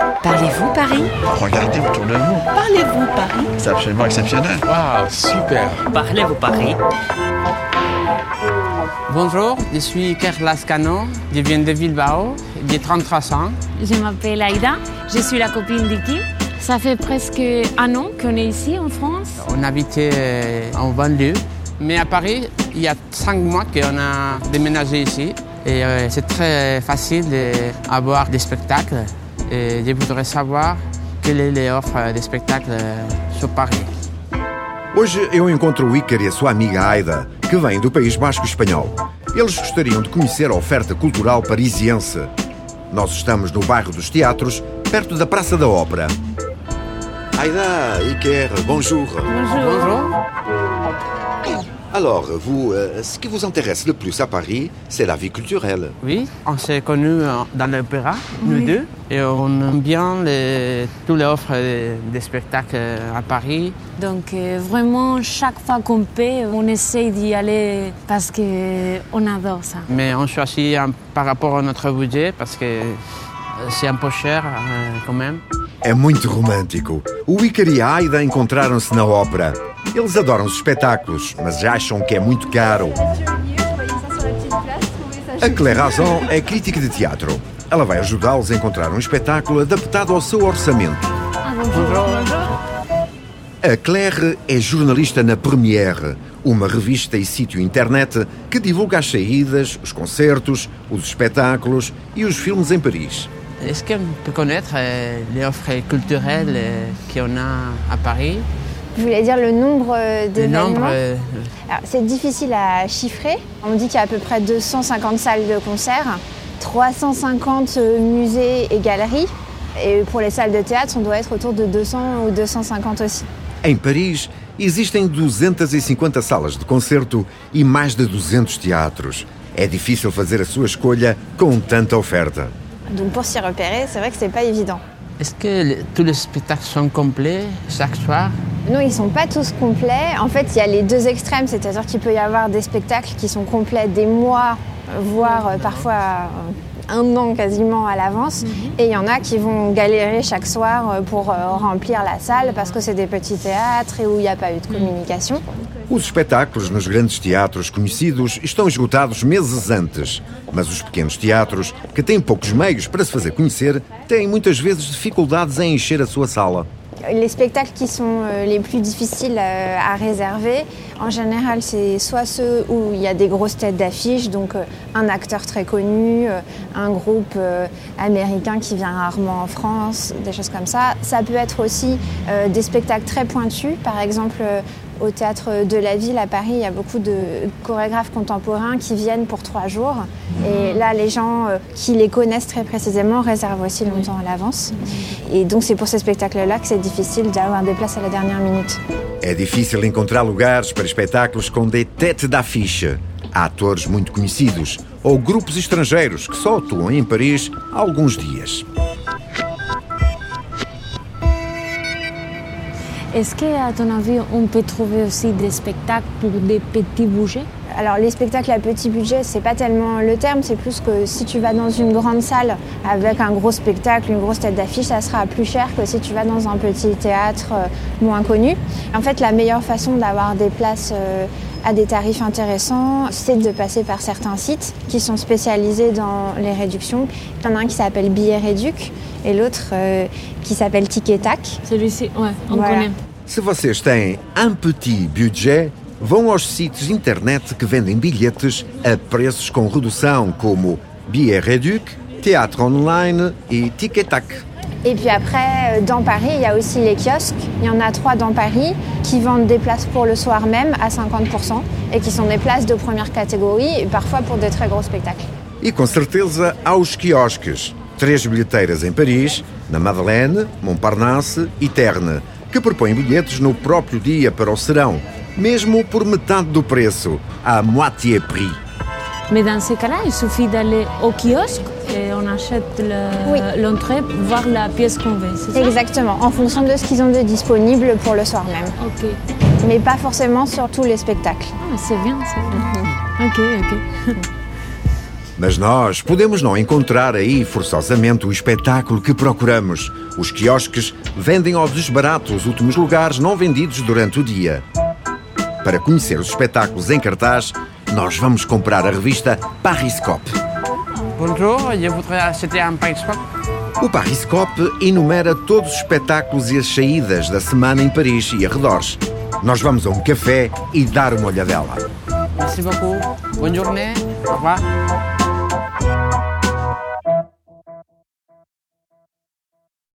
Parlez-vous Paris? Regardez autour de vous. Parlez-vous Paris? C'est absolument exceptionnel. Waouh, super. Parlez-vous Paris? Bonjour, je suis Kerr Lascano, je viens de Bilbao, j'ai 33 ans. Je m'appelle Aïda, je suis la copine d'Iki. Ça fait presque un an qu'on est ici en France. On habitait en banlieue, mais à Paris, il y a 5 mois qu'on a déménagé ici. Et c'est très facile d'avoir des spectacles. Et je voudrais savoir quelle est l'offre de spectacles sur Paris. Hoje eu encontro o Ícaro e a sua amiga Aida, que vêm do País Basco Espanhol. Eles gostariam de conhecer a oferta cultural parisiense. Nós estamos no bairro dos Teatros, perto da Praça da Ópera. Aida, Ícaro, bonjour. Bonjour. Alors, vous, ce qui vous intéresse le plus à Paris, c'est la vie culturelle. Oui, on s'est connus dans l'opéra, nous deux. Et on aime bien toutes les offres des spectacles à Paris. Donc vraiment, chaque fois qu'on peut, on essaye d'y aller parce qu'on adore ça. Mais on choisit par rapport à notre budget parce que c'est un peu cher quand même. É muito romântico. O Ícaro e a Aida encontraram-se na ópera. Eles adoram os espetáculos, mas acham que é muito caro. A Claire Razon é crítica de teatro. Ela vai ajudá-los a encontrar um espetáculo adaptado ao seu orçamento. A Claire é jornalista na Première, uma revista e sítio internet que divulga as saídas, os concertos, os espetáculos e os filmes em Paris. Est-ce qu'on peut connaître les offres culturelles qu'on a à Paris? Vous voulez dire le nombre d'événements? Alors, c'est difficile à chiffrer. On dit qu'il y a à peu près 250 salles de concert, 350 musées et galeries. Et pour les salles de théâtre, on doit être autour de 200 ou 250 aussi. Em Paris, existem 250 salas de concerto e mais de 200 teatros. É difícil fazer a sua escolha com tanta oferta. Donc pour s'y repérer, c'est vrai que c'est pas évident. Est-ce que tous les spectacles sont complets chaque soir? Non, ils sont pas tous complets. En fait, il y a les deux extrêmes, c'est-à-dire qu'il peut y avoir des spectacles qui sont complets des mois, voire parfois un an quasiment à l'avance. Et il y en a qui vont galérer chaque soir pour remplir la salle parce que c'est des petits théâtres et où il n'y a pas eu de communication. Os espetáculos nos grandes teatros conhecidos estão esgotados meses antes. Mas os pequenos teatros, que têm poucos meios para se fazer conhecer, têm muitas vezes dificuldades em encher a sua sala. Les spectacles qui sont les plus difficiles à réserver, en général, c'est soit ceux où il y a des grosses têtes d'affiche, donc un acteur très connu, un groupe américain qui vient rarement en France, des choses comme ça. Ça peut être aussi des spectacles très pointus, par exemple au Théâtre de la Ville à Paris, il y a beaucoup de chorégraphes contemporains qui viennent pour 3 jours. Et là, les gens qui les connaissent très précisément réservent aussi longtemps à l'avance. Et donc c'est pour ces spectacles-là que c'est difficile d'avoir des places à la dernière minute. É difícil encontrar lugares para espetáculos com des têtes d'affiche. Há atores muito conhecidos ou grupos estrangeiros que só atuam em Paris há alguns dias. Est-ce qu'à ton avis, on peut trouver aussi des spectacles pour des petits budgets? Alors les spectacles à petit budget, c'est pas tellement le terme, c'est plus que si tu vas dans une grande salle avec un gros spectacle, une grosse tête d'affiche, ça sera plus cher que si tu vas dans un petit théâtre moins connu. En fait, la meilleure façon d'avoir des places à des tarifs intéressants, c'est de passer par certains sites qui sont spécialisés dans les réductions. Il y en a un qui s'appelle Billet Réduc et l'autre qui s'appelle Tic et Tac. Celui-ci, ouais, on connaît. Se vocês têm un petit budget, vão aos sítios internet que vendem bilhetes a preços com redução, como Billet Réduc, Théâtre Online et Tic et Tac. Et puis après, dans Paris, il y a aussi les kiosques. Il y en a 3 dans Paris qui vendent des places pour le soir même à 50% et qui sont des places de première catégorie et parfois pour des très gros spectacles. E com certeza há os quiosques. 3 bilheteiras em Paris, na Madeleine, Montparnasse e Terne, que propõem bilhetes no próprio dia para o serão, mesmo por metade do preço, à moitié prix. Mais dans ce cas-là, il suffit d'aller au kiosque et on achète l'entrée, voir la pièce qu'on veut, c'est ça? Exactement, en fonction de ce qu'ils ont de disponible pour le soir même. Ok. Mais pas forcément sur tous les spectacles. Ah, c'est bien, c'est bien. Ok. Mas nós podemos não encontrar aí forçosamente o espetáculo que procuramos. Os quiosques vendem ao desbarato os últimos lugares não vendidos durante o dia. Para conhecer os espetáculos em cartaz, nós vamos comprar a revista Pariscope. Bonjour, je voudrais acheter un Pariscope. O Pariscope enumera todos os espetáculos e as saídas da semana em Paris e arredores. Nós vamos a um café e dar uma olhadela. Merci beaucoup. Bonne journée. Au revoir.